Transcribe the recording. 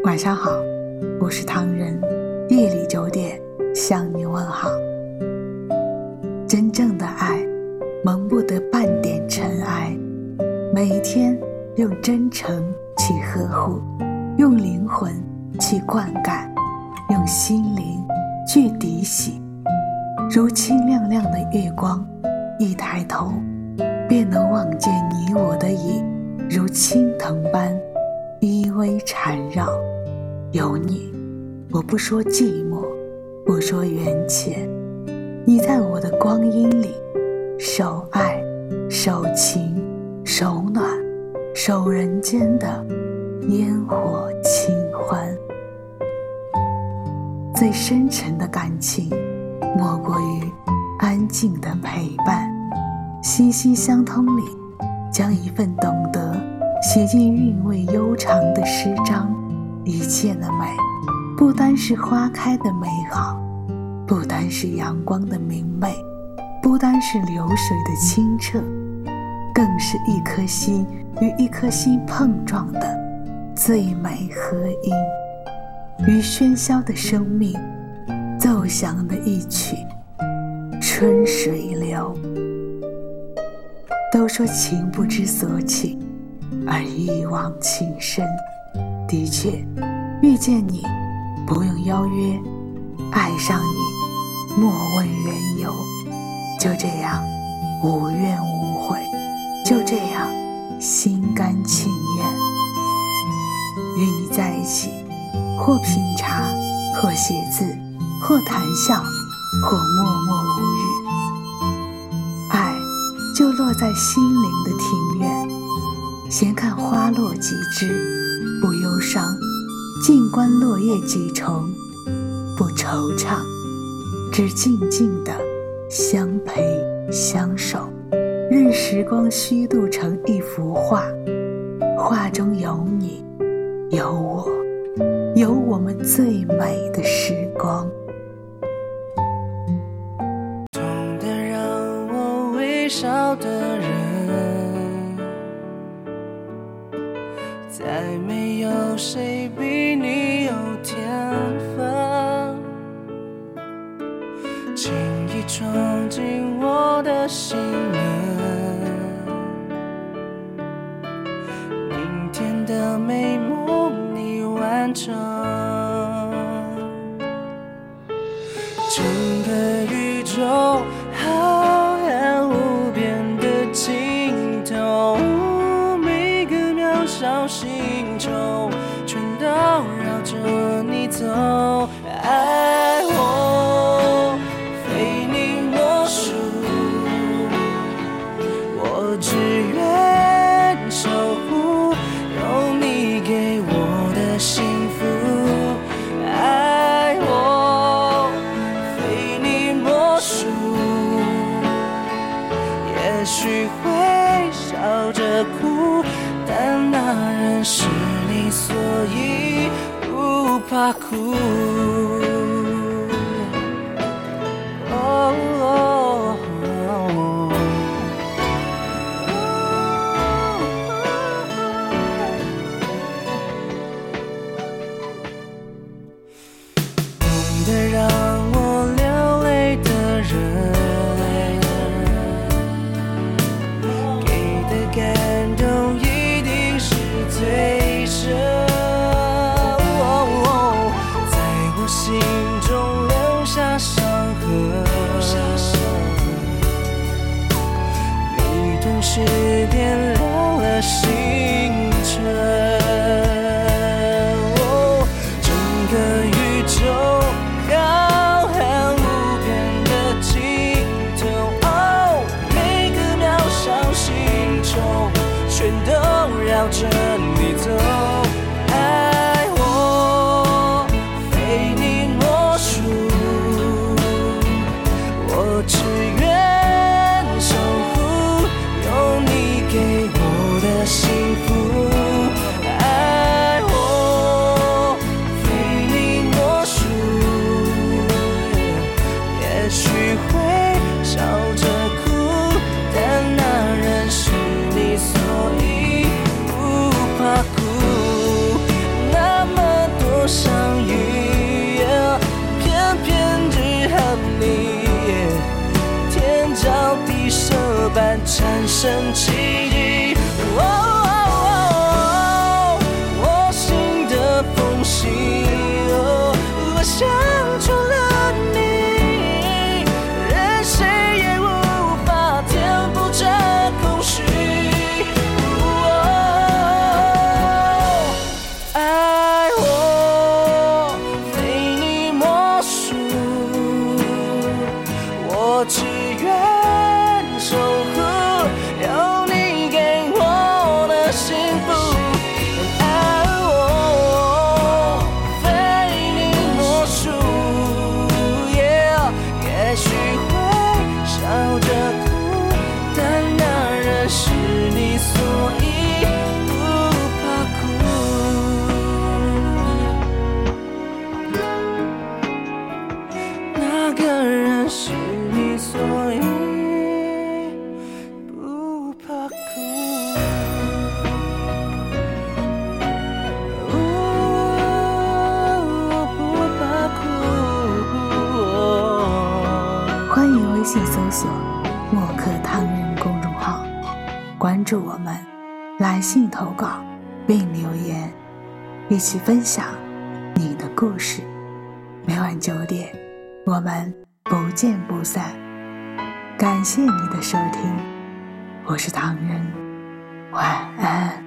晚上好，我是唐人，夜里9点向你问好。真正的爱蒙不得半点尘埃，每一天用真诚去呵护，用灵魂去灌溉，用心灵去涤洗。如清亮亮的月光，一抬头便能望见你我的影，如青藤般依偎缠绕。有你，我不说寂寞，不说缘浅，你在我的光阴里，守爱，守情，守暖，守人间的烟火清欢。最深沉的感情，莫过于安静的陪伴，息息相通里，将一份懂得写进韵味悠长的诗章。一切的美，不单是花开的美好，不单是阳光的明媚，不单是流水的清澈，更是一颗心与一颗心碰撞的最美合音，与喧嚣的生命奏响的一曲春水流。都说情不知所起，而一往情深。的确，遇见你不用邀约，爱上你莫问缘由，就这样无怨无悔，就这样心甘情愿。与你在一起，或品茶，或写字，或谈笑，或默默无语。爱就落在心灵的庭院，闲看花落几枝，不忧伤，静观落叶几重，不惆怅，只静静地相陪相守，任时光虚度成一幅画，画中有你，有我，有我们最美的时光。 痛得让我微笑的人，再没有谁比你有天分，轻易闯进我的心门，明天的美梦你完成，整个宇宙浩瀚无边的尽头，每个渺小星球全都绕着你走。爱我非你莫属，我只愿守护有你给我的幸福。爱我非你莫属，也许会笑着哭，但那人是你，所以不怕哭。痛得让我流泪的人，给的感动一定是最深。在我生奇迹。我心的缝隙，我想出了你，任谁也无法填补这空虚。爱我非你莫属，我只愿守护有你给我的幸福。爱我非你莫属，也许会笑着哭，但那人是你，所以不怕哭。那个人是你，所以不怕哭。不怕哭。 欢迎微信搜索墨客唐人公众号，关注我们，来信投稿并留言，一起分享你的故事。每晚9点，我们不见不散。感谢你的收听，我是唐人，晚安。